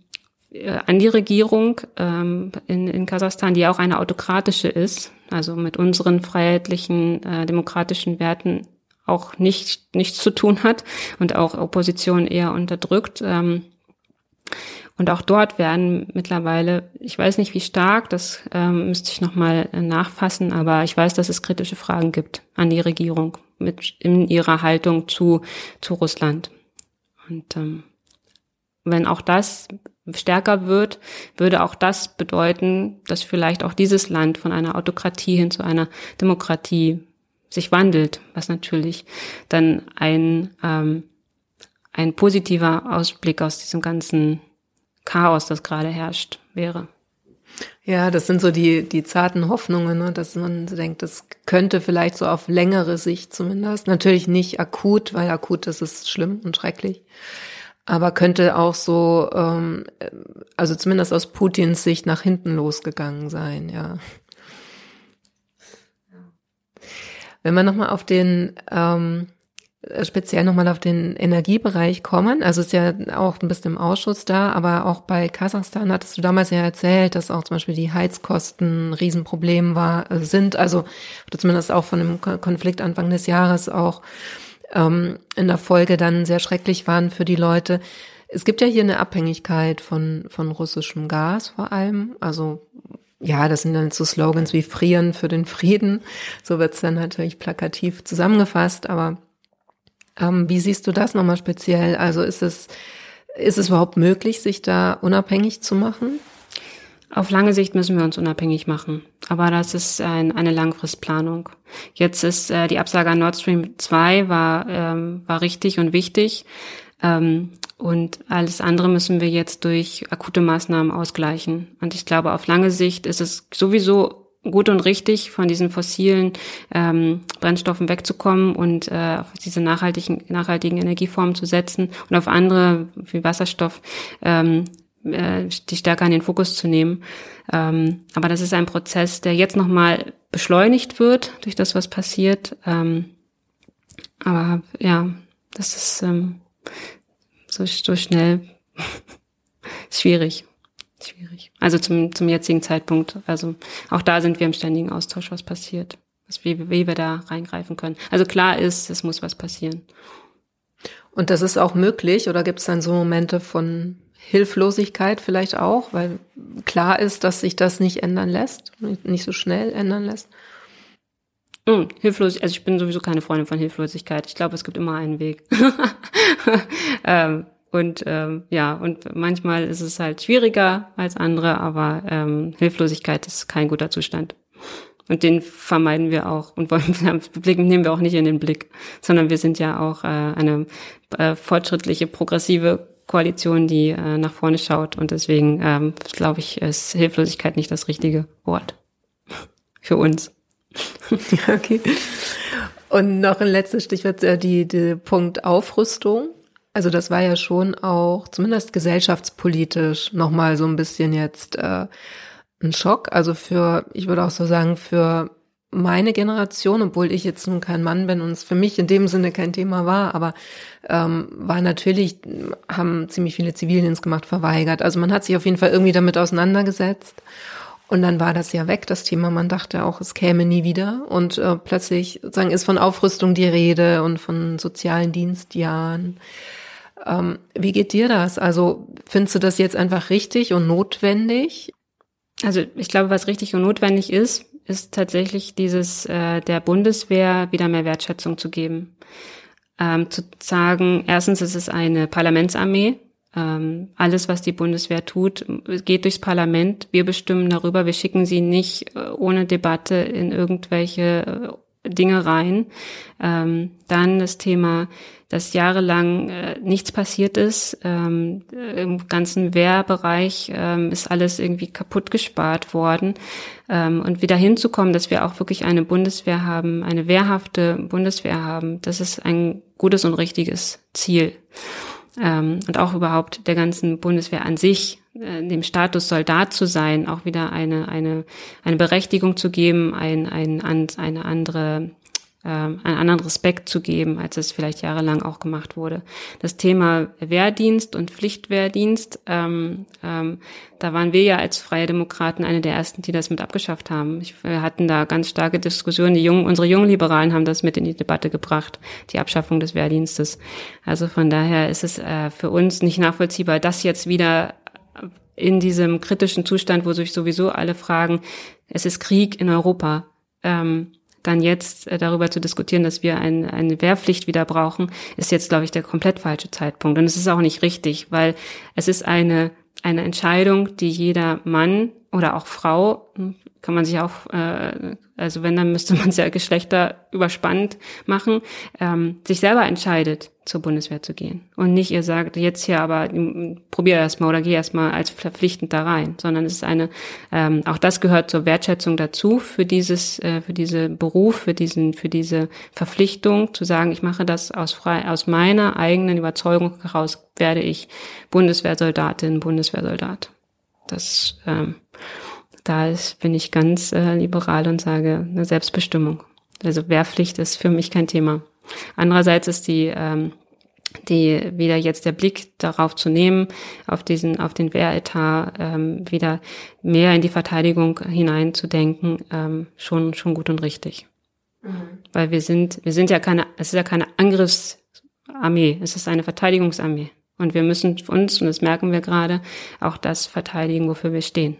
an die Regierung ähm, in, in Kasachstan, die auch eine autokratische ist, also mit unseren freiheitlichen, äh, demokratischen Werten auch nicht nichts zu tun hat und auch Opposition eher unterdrückt. Ähm, und auch dort werden mittlerweile, ich weiß nicht wie stark, das ähm, müsste ich nochmal nachfassen, aber ich weiß, dass es kritische Fragen gibt an die Regierung mit in ihrer Haltung zu zu Russland. Und ähm, wenn auch das stärker wird, würde auch das bedeuten, dass vielleicht auch dieses Land von einer Autokratie hin zu einer Demokratie sich wandelt, was natürlich dann ein ähm, ein positiver Ausblick aus diesem ganzen Chaos, das gerade herrscht, wäre. Ja, das sind so die die zarten Hoffnungen, ne, dass man denkt, das könnte vielleicht so auf längere Sicht zumindest, natürlich nicht akut, weil akut ist es schlimm und schrecklich, aber könnte auch so, ähm, also zumindest aus Putins Sicht nach hinten losgegangen sein, ja. Wenn wir nochmal auf den, ähm, speziell nochmal auf den Energiebereich kommen, also ist ja auch ein bisschen im Ausschuss da, aber auch bei Kasachstan hattest du damals ja erzählt, dass auch zum Beispiel die Heizkosten ein Riesenproblem war, äh, sind, also oder zumindest auch von dem Konflikt Anfang des Jahres auch ähm, in der Folge dann sehr schrecklich waren für die Leute. Es gibt ja hier eine Abhängigkeit von von russischem Gas vor allem, also ja, das sind dann so Slogans wie Frieren für den Frieden. So wird's dann natürlich plakativ zusammengefasst. Aber ähm, wie siehst du das nochmal speziell? Also ist es, ist es überhaupt möglich, sich da unabhängig zu machen? Auf lange Sicht müssen wir uns unabhängig machen. Aber das ist ein, eine Langfristplanung. Jetzt ist äh, die Absage an Nord Stream zwei war, ähm, war richtig und wichtig. Ähm, Und alles andere müssen wir jetzt durch akute Maßnahmen ausgleichen. Und ich glaube, auf lange Sicht ist es sowieso gut und richtig, von diesen fossilen ähm, Brennstoffen wegzukommen und äh, auf diese nachhaltigen, nachhaltigen Energieformen zu setzen und auf andere wie Wasserstoff ähm, äh, die stärker in den Fokus zu nehmen. Ähm, aber das ist ein Prozess, der jetzt nochmal beschleunigt wird durch das, was passiert. Ähm, aber ja, das ist ähm, So, so schnell schwierig. Schwierig. Also zum, zum jetzigen Zeitpunkt. Also auch da sind wir im ständigen Austausch, was passiert. Was, wie, wie wir da reingreifen können. Also klar ist, es muss was passieren. Und das ist auch möglich, oder gibt es dann so Momente von Hilflosigkeit vielleicht auch, weil klar ist, dass sich das nicht ändern lässt, nicht so schnell ändern lässt? Hm, hilflos, also ich bin sowieso keine Freundin von Hilflosigkeit. Ich glaube, es gibt immer einen Weg. ähm, und ähm, ja, und manchmal ist es halt schwieriger als andere, aber ähm, Hilflosigkeit ist kein guter Zustand. Und den vermeiden wir auch und wollen, nehmen wir auch nicht in den Blick, sondern wir sind ja auch äh, eine äh, fortschrittliche, progressive Koalition, die äh, nach vorne schaut. Und deswegen ähm, glaube ich, ist Hilflosigkeit nicht das richtige Wort für uns. Ja, okay. Und noch ein letztes Stichwort, die, die Punkt Aufrüstung. Also das war ja schon auch, zumindest gesellschaftspolitisch, nochmal so ein bisschen jetzt äh, ein Schock. Also für, ich würde auch so sagen, für meine Generation, obwohl ich jetzt nun kein Mann bin und es für mich in dem Sinne kein Thema war, aber ähm, war natürlich, haben ziemlich viele Zivildienst gemacht, verweigert. Also man hat sich auf jeden Fall irgendwie damit auseinandergesetzt. Und dann war das ja weg, das Thema. Man dachte auch, es käme nie wieder. Und äh, plötzlich sozusagen ist von Aufrüstung die Rede und von sozialen Dienstjahren. Ähm, wie geht dir das? Also findest du das jetzt einfach richtig und notwendig? Also ich glaube, was richtig und notwendig ist, ist tatsächlich dieses äh, der Bundeswehr wieder mehr Wertschätzung zu geben. Ähm, zu sagen, erstens ist es eine Parlamentsarmee. Ähm, alles, was die Bundeswehr tut, geht durchs Parlament. Wir bestimmen darüber. Wir schicken sie nicht äh, ohne Debatte in irgendwelche äh, Dinge rein. Ähm, dann das Thema, dass jahrelang äh, nichts passiert ist. Ähm, im ganzen Wehrbereich ähm, ist alles irgendwie kaputt gespart worden. Ähm, und wieder hinzukommen, dass wir auch wirklich eine Bundeswehr haben, eine wehrhafte Bundeswehr haben, das ist ein gutes und richtiges Ziel. Ähm, und auch überhaupt der ganzen Bundeswehr an sich, äh, dem Status Soldat zu sein, auch wieder eine eine eine Berechtigung zu geben, ein ein eine andere ähm, einen anderen Respekt zu geben, als es vielleicht jahrelang auch gemacht wurde. Das Thema Wehrdienst und Pflichtwehrdienst, ähm, ähm, da waren wir ja als Freie Demokraten eine der ersten, die das mit abgeschafft haben. Ich, wir hatten da ganz starke Diskussionen. Die jungen, unsere jungen Liberalen haben das mit in die Debatte gebracht, die Abschaffung des Wehrdienstes. Also von daher ist es äh, für uns nicht nachvollziehbar, dass jetzt wieder in diesem kritischen Zustand, wo sich sowieso alle fragen, es ist Krieg in Europa, ähm, dann jetzt äh, darüber zu diskutieren, dass wir ein, eine Wehrpflicht wieder brauchen, ist jetzt, glaube ich, der komplett falsche Zeitpunkt. Und es ist auch nicht richtig, weil es ist eine eine Entscheidung, die jeder Mann oder auch Frau, kann man sich auch, äh, also wenn, dann müsste man es ja geschlechterüberspannend machen, ähm, sich selber entscheidet, zur Bundeswehr zu gehen. Und nicht ihr sagt, jetzt hier aber probier erst mal oder geh erst mal als verpflichtend da rein, sondern es ist eine, ähm, auch das gehört zur Wertschätzung dazu, für dieses, äh, für diesen Beruf, für diesen, für diese Verpflichtung, zu sagen, ich mache das aus frei, aus meiner eigenen Überzeugung heraus, werde ich Bundeswehrsoldatin, Bundeswehrsoldat. Das, ähm, Da ist, bin ich ganz äh, liberal und sage, eine Selbstbestimmung. Also Wehrpflicht ist für mich kein Thema. Andererseits ist die, ähm, die wieder jetzt der Blick darauf zu nehmen, auf diesen, auf den Wehretat, ähm, wieder mehr in die Verteidigung hineinzudenken, ähm, schon, schon gut und richtig. Mhm. Weil wir sind, wir sind ja keine, es ist ja keine Angriffsarmee, es ist eine Verteidigungsarmee. Und wir müssen uns, und das merken wir gerade, auch das verteidigen, wofür wir stehen.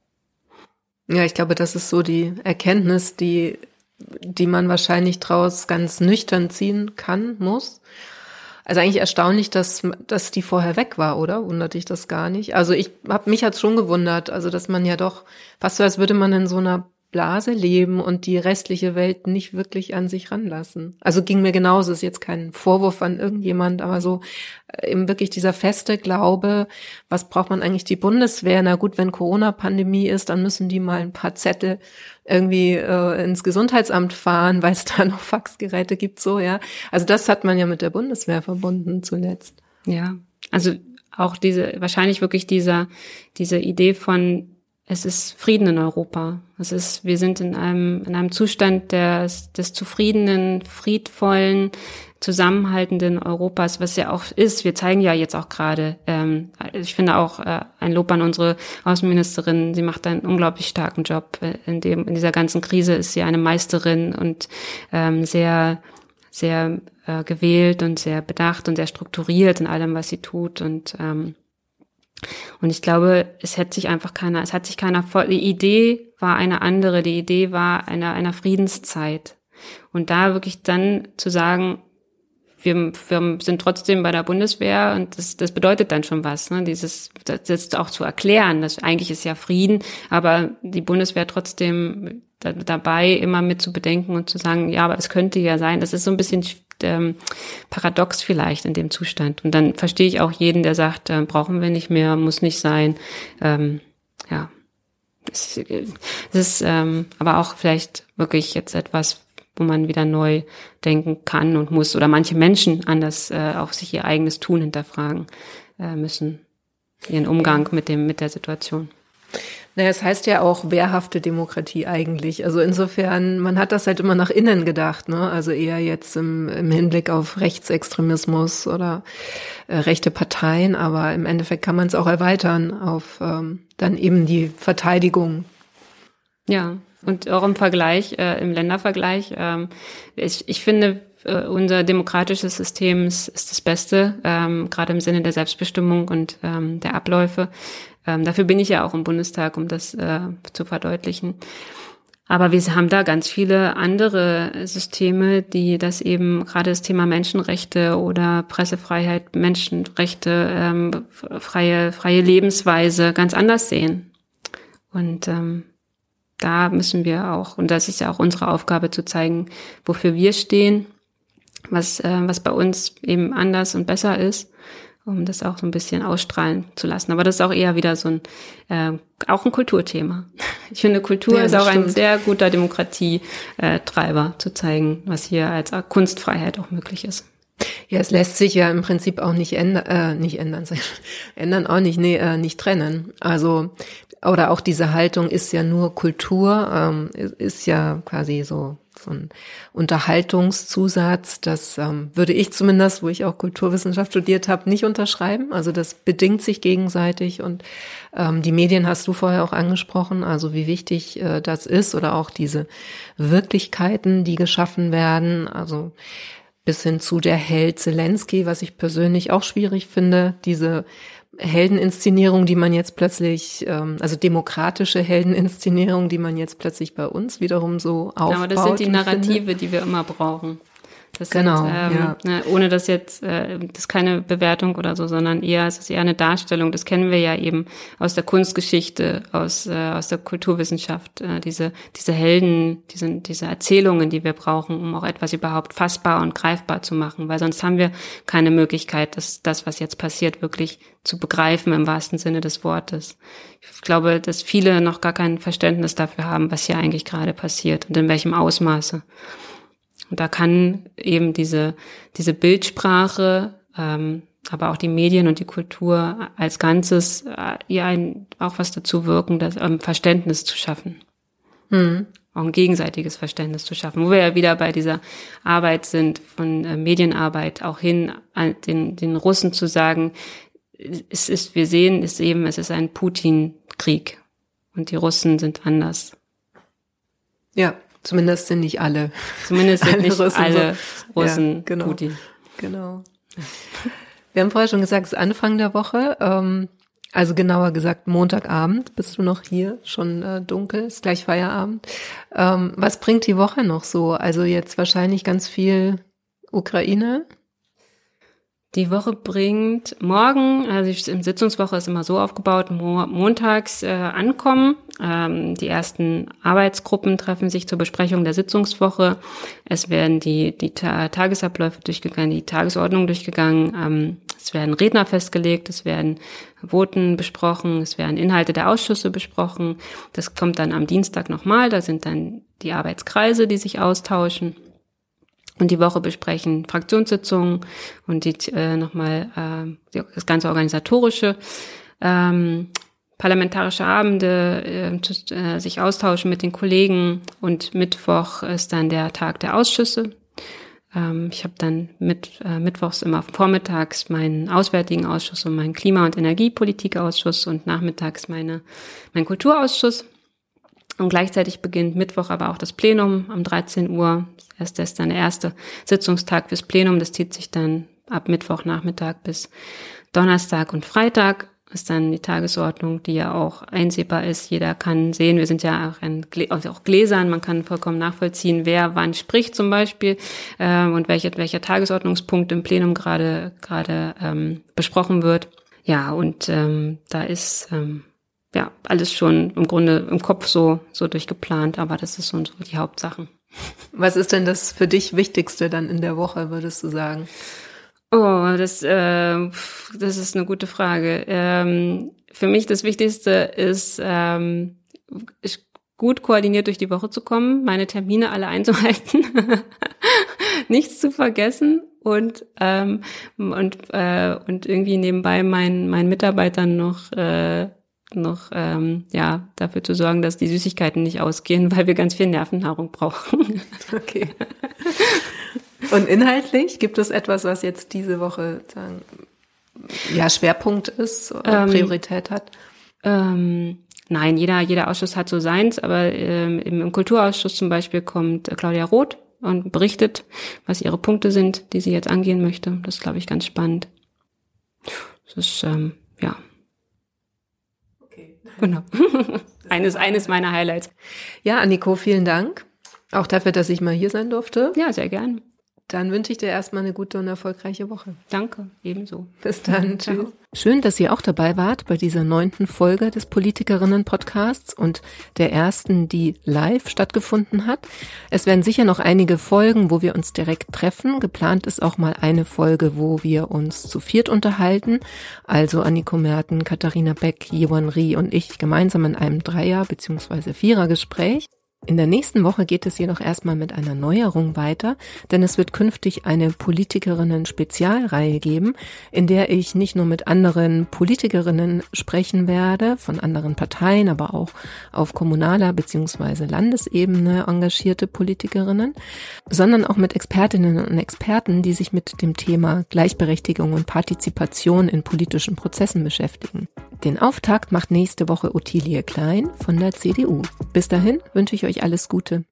Ja, ich glaube, das ist so die Erkenntnis, die, die man wahrscheinlich draus ganz nüchtern ziehen kann, muss. Also eigentlich erstaunlich, dass, dass die vorher weg war, oder? Wundert dich das gar nicht? Also ich hab, mich hat's schon gewundert, also dass man ja doch, fast so, als würde man in so einer Blase leben und die restliche Welt nicht wirklich an sich ranlassen. Also ging mir genauso, ist jetzt kein Vorwurf an irgendjemand, aber so eben wirklich dieser feste Glaube, was braucht man eigentlich die Bundeswehr? Na gut, wenn Corona-Pandemie ist, dann müssen die mal ein paar Zettel irgendwie äh, ins Gesundheitsamt fahren, weil es da noch Faxgeräte gibt, so, ja. Also das hat man ja mit der Bundeswehr verbunden zuletzt. Ja, also auch diese, wahrscheinlich wirklich dieser, diese Idee von es ist Frieden in Europa. Es ist, wir sind in einem, in einem Zustand des, des zufriedenen, friedvollen, zusammenhaltenden Europas, was ja auch ist. Wir zeigen ja jetzt auch gerade, ähm, ich finde auch äh, ein Lob an unsere Außenministerin. Sie macht einen unglaublich starken Job. In dem, in dieser ganzen Krise ist sie eine Meisterin und ähm, sehr, sehr äh, gewählt und sehr bedacht und sehr strukturiert in allem, was sie tut. Und ähm, Und ich glaube, es hätte sich einfach keiner, es hat sich keiner vor, die Idee war eine andere, die Idee war einer, einer Friedenszeit. Und da wirklich dann zu sagen, wir, wir sind trotzdem bei der Bundeswehr und das, das bedeutet dann schon was, ne? Dieses, das, das auch zu erklären, dass eigentlich ist ja Frieden, aber die Bundeswehr trotzdem da, dabei immer mit zu bedenken und zu sagen, ja, aber es könnte ja sein, das ist so ein bisschen ähm, paradox vielleicht in dem Zustand. Und dann verstehe ich auch jeden, der sagt, äh, brauchen wir nicht mehr, muss nicht sein. Ähm, ja, es, es ist ähm, aber auch vielleicht wirklich jetzt etwas, wo man wieder neu denken kann und muss, oder manche Menschen anders äh, auch sich ihr eigenes Tun hinterfragen äh, müssen, ihren Umgang mit dem mit der Situation. Naja, es heißt ja auch wehrhafte Demokratie eigentlich. Also insofern, man hat das halt immer nach innen gedacht, ne? Also eher jetzt im, im Hinblick auf Rechtsextremismus oder äh, rechte Parteien, aber im Endeffekt kann man es auch erweitern auf ähm, dann eben die Verteidigung. Ja, und auch im Vergleich, äh, im Ländervergleich, ähm, ich, ich finde, äh, unser demokratisches System ist, ist das Beste, ähm, gerade im Sinne der Selbstbestimmung und ähm, der Abläufe. Ähm, dafür bin ich ja auch im Bundestag, um das äh, zu verdeutlichen. Aber wir haben da ganz viele andere Systeme, die das eben, gerade das Thema Menschenrechte oder Pressefreiheit, Menschenrechte, ähm, freie, freie Lebensweise ganz anders sehen. Und ähm, da müssen wir auch, und das ist ja auch unsere Aufgabe, zu zeigen, wofür wir stehen, was, äh, was bei uns eben anders und besser ist, um das auch so ein bisschen ausstrahlen zu lassen. Aber das ist auch eher wieder so ein, äh, auch ein Kulturthema. Ich finde, Kultur ja, ist auch stimmt. ein sehr guter Demokratietreiber, zu zeigen, was hier als Kunstfreiheit auch möglich ist. Ja, es lässt sich ja im Prinzip auch nicht ändern, äh, nicht ändern, ändern auch nicht, nee, äh, nicht trennen. Also, oder auch diese Haltung ist ja nur Kultur, ähm, ist ja quasi so, so ein Unterhaltungszusatz. Das ähm, würde ich zumindest, wo ich auch Kulturwissenschaft studiert habe, nicht unterschreiben. Also das bedingt sich gegenseitig und ähm, die Medien hast du vorher auch angesprochen, also wie wichtig äh, das ist oder auch diese Wirklichkeiten, die geschaffen werden, also bis hin zu der Held Zelensky, was ich persönlich auch schwierig finde, diese Heldeninszenierung, die man jetzt plötzlich, ähm, also demokratische Heldeninszenierung, die man jetzt plötzlich bei uns wiederum so aufbaut. Aber das sind die Narrative, die wir immer brauchen. Das genau, sind, ähm, ja. ne, ohne das jetzt, äh, das ist keine Bewertung oder so, sondern eher, es ist eher eine Darstellung. Das kennen wir ja eben aus der Kunstgeschichte, aus äh, aus der Kulturwissenschaft. Äh, diese diese Helden, diese diese Erzählungen, die wir brauchen, um auch etwas überhaupt fassbar und greifbar zu machen, weil sonst haben wir keine Möglichkeit, das das was jetzt passiert wirklich zu begreifen im wahrsten Sinne des Wortes. Ich glaube, dass viele noch gar kein Verständnis dafür haben, was hier eigentlich gerade passiert und in welchem Ausmaße. Und da kann eben diese diese Bildsprache, ähm, aber auch die Medien und die Kultur als Ganzes äh, ja ein, auch was dazu wirken, das ähm, Verständnis zu schaffen. Mhm. Auch ein gegenseitiges Verständnis zu schaffen. Wo wir ja wieder bei dieser Arbeit sind, von äh, Medienarbeit auch hin, an den, den Russen zu sagen, es ist, wir sehen es eben, es ist ein Putin-Krieg. Und die Russen sind anders. Ja. Zumindest sind nicht alle. Zumindest sind alle nicht Russen alle so. Russen ja, genau, Putin. Genau. Wir haben vorher schon gesagt, es ist Anfang der Woche. Ähm, also genauer gesagt Montagabend. Bist du noch hier? Schon äh, dunkel, ist gleich Feierabend. Ähm, was bringt die Woche noch so? Also jetzt wahrscheinlich ganz viel Ukraine. Die Woche bringt morgen, also die Sitzungswoche ist immer so aufgebaut, mo- montags äh, ankommen. Ähm, die ersten Arbeitsgruppen treffen sich zur Besprechung der Sitzungswoche. Es werden die, die Ta- Tagesabläufe durchgegangen, die Tagesordnung durchgegangen. Ähm, es werden Redner festgelegt, es werden Voten besprochen, es werden Inhalte der Ausschüsse besprochen. Das kommt dann am Dienstag nochmal, da sind dann die Arbeitskreise, die sich austauschen. Und die Woche besprechen Fraktionssitzungen und die äh, nochmal äh, das ganze Organisatorische. Ähm, parlamentarische Abende, äh, äh, sich austauschen mit den Kollegen, und Mittwoch ist dann der Tag der Ausschüsse. Ähm, ich habe dann mit äh, Mittwochs immer vormittags meinen Auswärtigen Ausschuss und meinen Klima- und Energiepolitikausschuss und nachmittags meine meinen Kulturausschuss. Und gleichzeitig beginnt Mittwoch aber auch das Plenum um dreizehn Uhr. Erst das ist dann der erste Sitzungstag fürs Plenum. Das zieht sich dann ab Mittwochnachmittag bis Donnerstag und Freitag. Ist dann die Tagesordnung, die ja auch einsehbar ist. Jeder kann sehen, wir sind ja auch, ein, also auch Gläsern, man kann vollkommen nachvollziehen, wer wann spricht zum Beispiel äh, und welcher, welcher Tagesordnungspunkt im Plenum gerade gerade ähm, besprochen wird. Ja, und ähm, da ist ähm, ja alles schon im Grunde im Kopf so so durchgeplant, aber das ist so die Hauptsachen. Was ist denn das für dich Wichtigste dann in der Woche, würdest du sagen? Oh, das, äh, das ist eine gute Frage. Ähm, für mich das Wichtigste ist, ähm, ist gut koordiniert durch die Woche zu kommen, meine Termine alle einzuhalten, nichts zu vergessen und ähm, und äh, und irgendwie nebenbei meinen meinen Mitarbeitern noch äh, noch ähm, ja dafür zu sorgen, dass die Süßigkeiten nicht ausgehen, weil wir ganz viel Nervennahrung brauchen. Okay. Und inhaltlich gibt es etwas, was jetzt diese Woche sagen, ja Schwerpunkt ist, ähm, Priorität hat? Ähm, nein, jeder jeder Ausschuss hat so seins, aber ähm, im, im Kulturausschuss zum Beispiel kommt äh, Claudia Roth und berichtet, was ihre Punkte sind, die sie jetzt angehen möchte. Das ist, glaube ich, ganz spannend. Das ist ähm, ja okay. Genau eines eines meiner Highlights. Ja, Anniko, vielen Dank auch dafür, dass ich mal hier sein durfte. Ja, sehr gern. Dann wünsche ich dir erstmal eine gute und erfolgreiche Woche. Danke, ebenso. Bis dann, tschüss. Schön, dass ihr auch dabei wart bei dieser neunten Folge des Politikerinnen-Podcasts und der ersten, die live stattgefunden hat. Es werden sicher noch einige Folgen, wo wir uns direkt treffen. Geplant ist auch mal eine Folge, wo wir uns zu viert unterhalten. Also Anniko Merten, Katharina Beck, Jiwon Rie und ich gemeinsam in einem Dreier- bzw. Vierer-Gespräch. In der nächsten Woche geht es jedoch erstmal mit einer Neuerung weiter, denn es wird künftig eine Politikerinnen-Spezialreihe geben, in der ich nicht nur mit anderen Politikerinnen sprechen werde, von anderen Parteien, aber auch auf kommunaler bzw. Landesebene engagierte Politikerinnen, sondern auch mit Expertinnen und Experten, die sich mit dem Thema Gleichberechtigung und Partizipation in politischen Prozessen beschäftigen. Den Auftakt macht nächste Woche Ottilie Klein von der C D U. Bis dahin wünsche ich euch alles Gute.